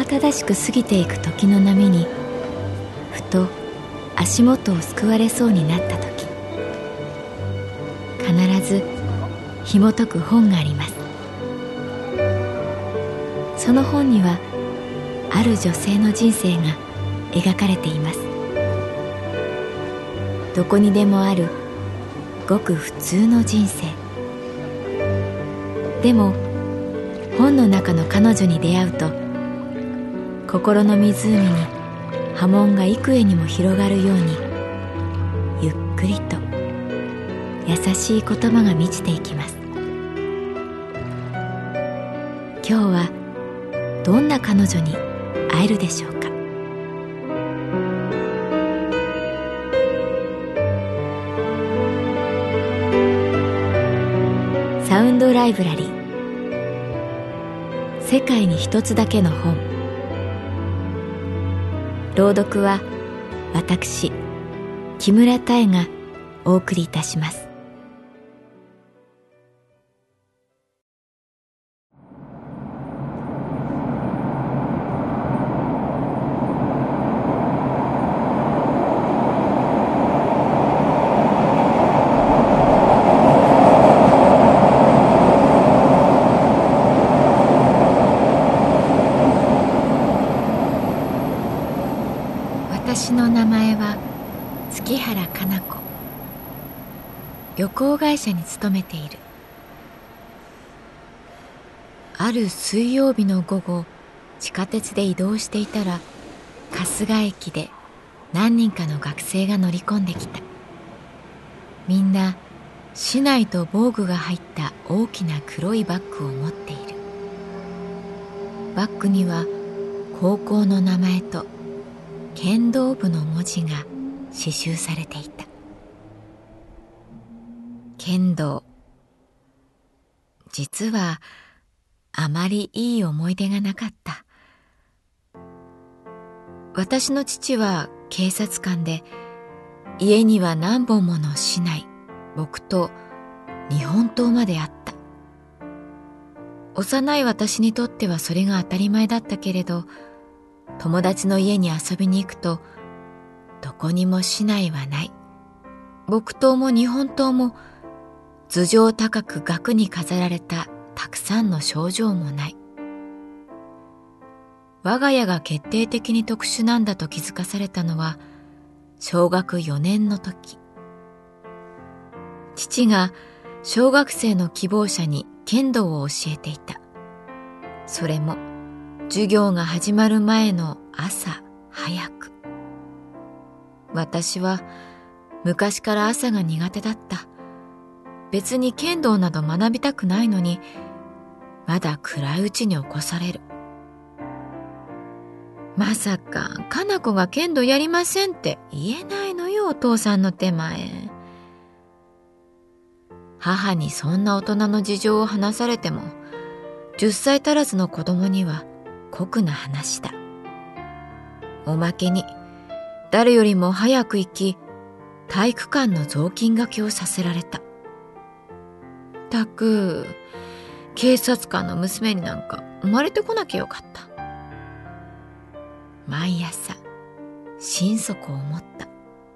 慌ただしく過ぎていく時の波にふと足元をすくわれそうになった時、必ず紐解く本があります。その本にはある女性の人生が描かれています。どこにでもあるごく普通の人生でも、本の中の彼女に出会うと心の湖に波紋が幾重にも広がるように、ゆっくりと優しい言葉が満ちていきます。今日はどんな彼女に会えるでしょうか。サウンドライブラリー、世界に一つだけの本。朗読は私木村多江がお送りいたします。私の名前は月原かな子。旅行会社に勤めている。ある水曜日の午後、地下鉄で移動していたら、春日駅で何人かの学生が乗り込んできた。みんな竹刀と防具が入った大きな黒いバッグを持っている。バッグには高校の名前と剣道部の文字が刺繍されていた。剣道、実はあまりいい思い出がなかった。私の父は警察官で、家には何本もの竹刀、木刀、日本刀まであった。幼い私にとってはそれが当たり前だったけれど、友達の家に遊びに行くと、どこにも竹刀はない。木刀も日本刀も、頭上高く額に飾られたたくさんの賞状もない。我が家が決定的に特殊なんだと気づかされたのは、小学4年の時。父が小学生の希望者に剣道を教えていた。それも、授業が始まる前の朝早く。私は昔から朝が苦手だった。別に剣道など学びたくないのに、まだ暗いうちに起こされる。まさか、かな子が剣道やりませんって言えないのよ、お父さんの手前。母にそんな大人の事情を話されても、10歳足らずの子供には酷な話だ。おまけに、誰よりも早く行き、体育館の雑巾がけをさせられた。たく、警察官の娘になんか生まれてこなきゃよかった。毎朝、心底思った。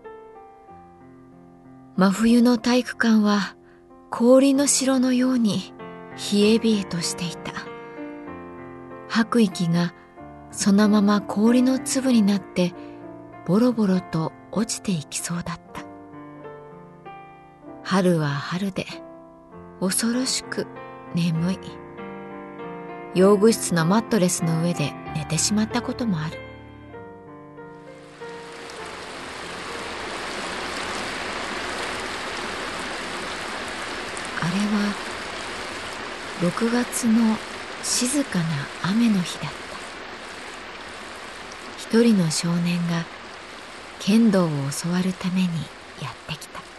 真冬の体育館は氷の城のように冷え冷えとしていた。吐く息がそのまま氷の粒になってボロボロと落ちていきそうだった。春は春で恐ろしく眠い。用具室のマットレスの上で寝てしまったこともある。あれは6月の静かな雨の日だった。一人の少年が剣道を教わるためにやってきた。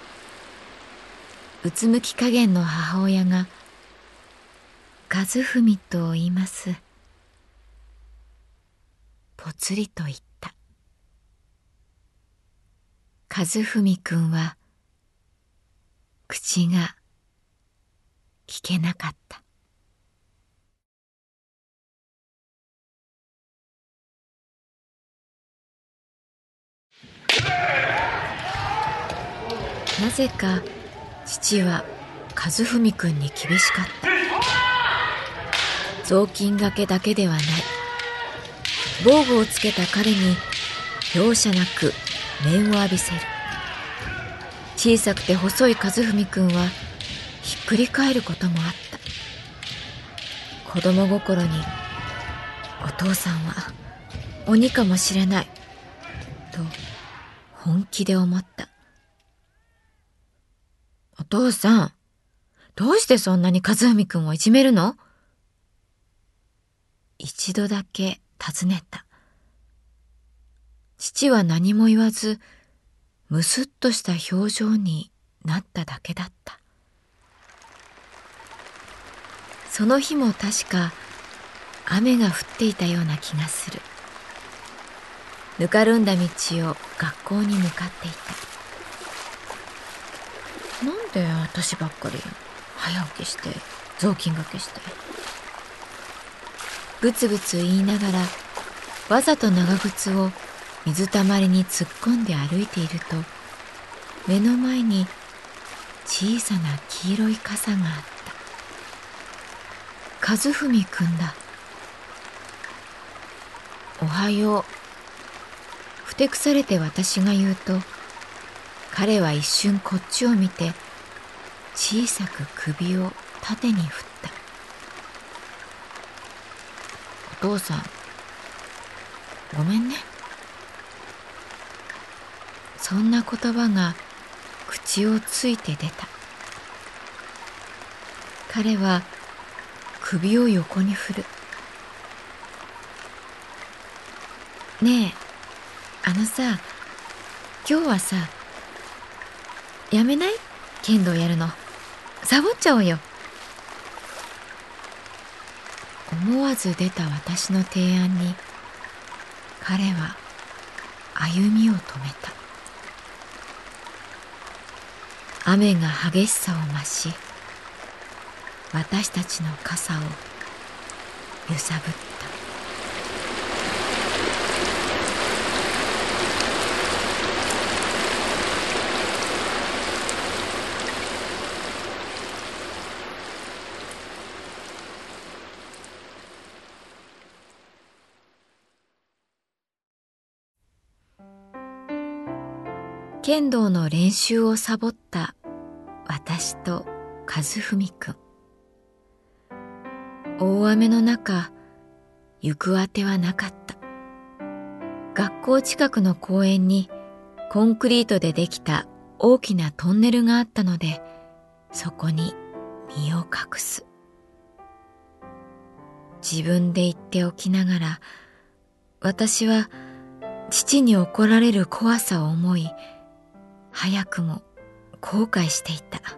うつむき加減の母親が、和文と言います。ぽつりと言った。和文くんは口が聞けなかった。 なぜか父は和文くんに厳しかった。雑巾がけだけではない。防具をつけた彼に容赦なく面を浴びせる。小さくて細い和文くんはひっくり返ることもあった。子供心にお父さんは鬼かもしれないと本気で思った。お父さん、どうしてそんなに和文くんをいじめるの？一度だけ尋ねた。父は何も言わず、むすっとした表情になっただけだった。その日も確か雨が降っていたような気がする。ぬかるんだ道を学校に向かっていた。なんで私ばっかり早起きして雑巾がけして。ブツブツ言いながらわざと長靴を水たまりに突っ込んで歩いていると、目の前に小さな黄色い傘があった。和文くんだ。おはよう。ふてくされて私が言うと、彼は一瞬こっちを見て小さく首を縦に振った。お父さん、ごめんね。そんな言葉が口をついて出た。彼は首を横に振る。ねえ、あのさ、今日はさ、やめない？剣道やるの。サボっちゃおうよ。思わず出た私の提案に、彼は歩みを止めた。雨が激しさを増し、私たちの傘を揺さぶった。剣道の練習をサボった私と和文くん。大雨の中、行くあてはなかった。学校近くの公園にコンクリートでできた大きなトンネルがあったので、そこに身を隠す。自分で言っておきながら、私は父に怒られる怖さを思い、早くも後悔していた。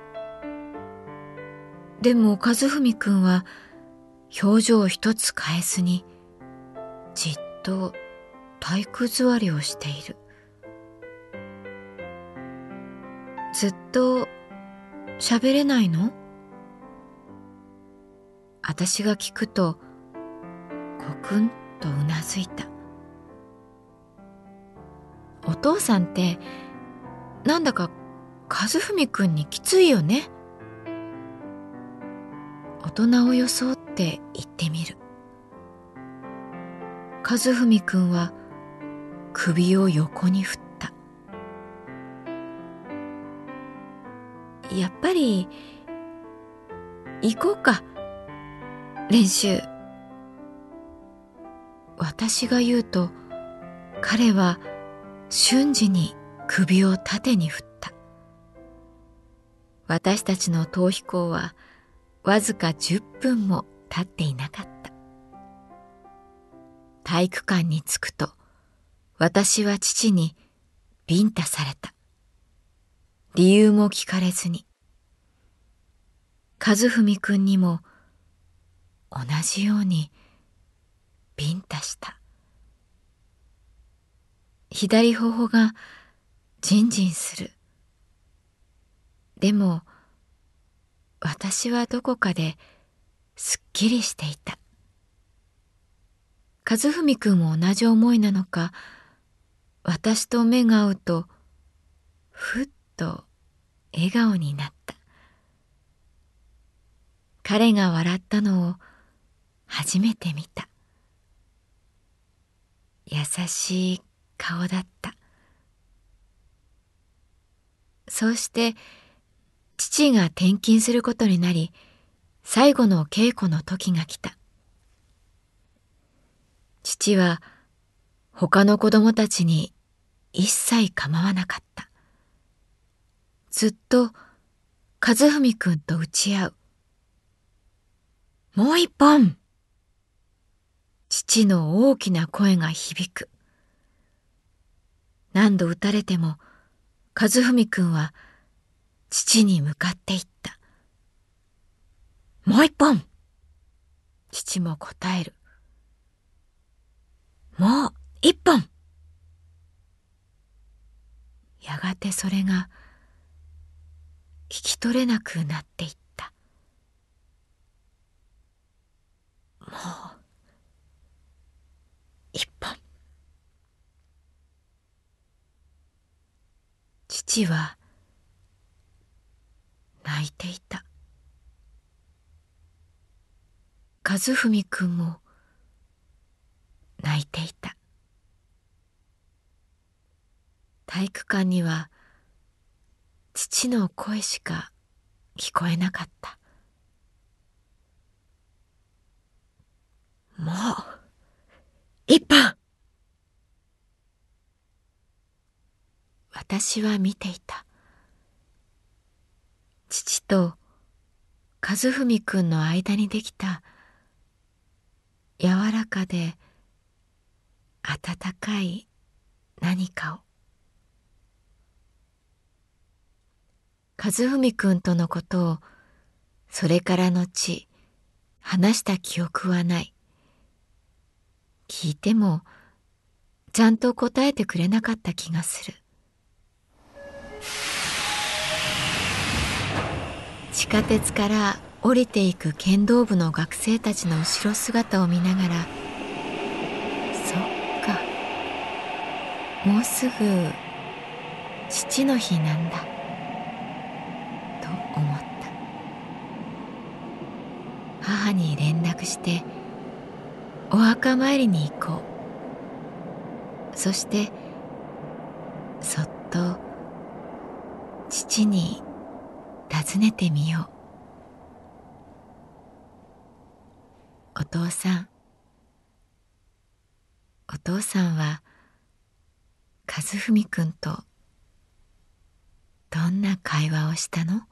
でも和文くんは表情一つ変えずにじっと体育座りをしている。ずっと喋れないの？私が聞くとコクンとうなずいた。お父さんってなんだか和文くんにきついよね。大人を装って言ってみる。和文くんは首を横に振った。やっぱり行こうか、練習。私が言うと彼は瞬時に首を縦に振った。私たちの逃避行はわずか10分も経っていなかった。体育館に着くと私は父にビンタされた。理由も聞かれずに。和文くんにも同じようにビンタした。左頬がジンジンする。でも私はどこかですっきりしていた。和文くんも同じ思いなのか、 私と目が合うとふっと笑顔になった。彼が笑ったのを初めて見た。優しい顔だった。そうして父が転勤することになり、最後の稽古の時が来た。父は他の子供たちに一切構わなかった。ずっと和文くんと打ち合う。もう一本！父の大きな声が響く。何度打たれても和文くんは父に向かっていった。もう一本！父も答える。もう一本！やがてそれが聞き取れなくなっていった。もう一本。父は泣いていた。和文くんも泣いていた。体育館には父の声しか聞こえなかった。もう一本！私は見ていた。父と和文くんの間にできた柔らかで温かい何かを。和文くんとのことをそれから後話した記憶はない。聞いてもちゃんと答えてくれなかった気がする。地下鉄から降りていく剣道部の学生たちの後ろ姿を見ながら、そっか、もうすぐ父の日なんだと思った。母に連絡してお墓参りに行こう。そしてそっと父に尋ねてみよう。お父さんは和文くんとどんな会話をしたの？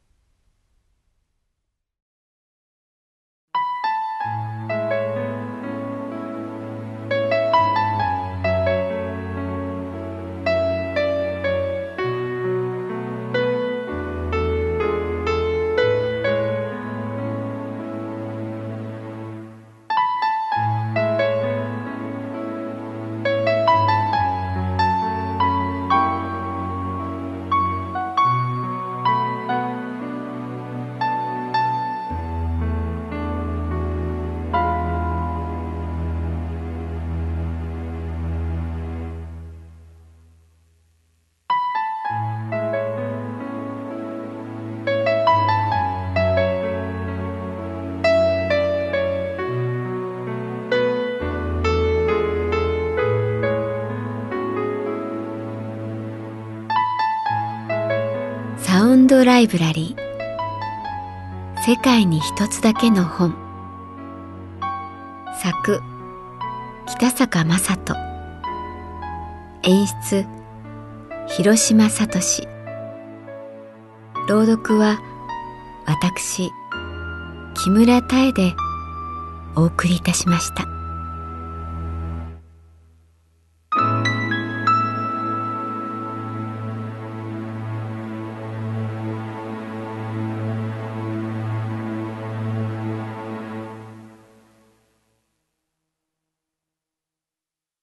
サウンドライブラリー、世界に一つだけの本。作北坂雅人、演出広島聡、朗読は私木村多江でお送りいたしました。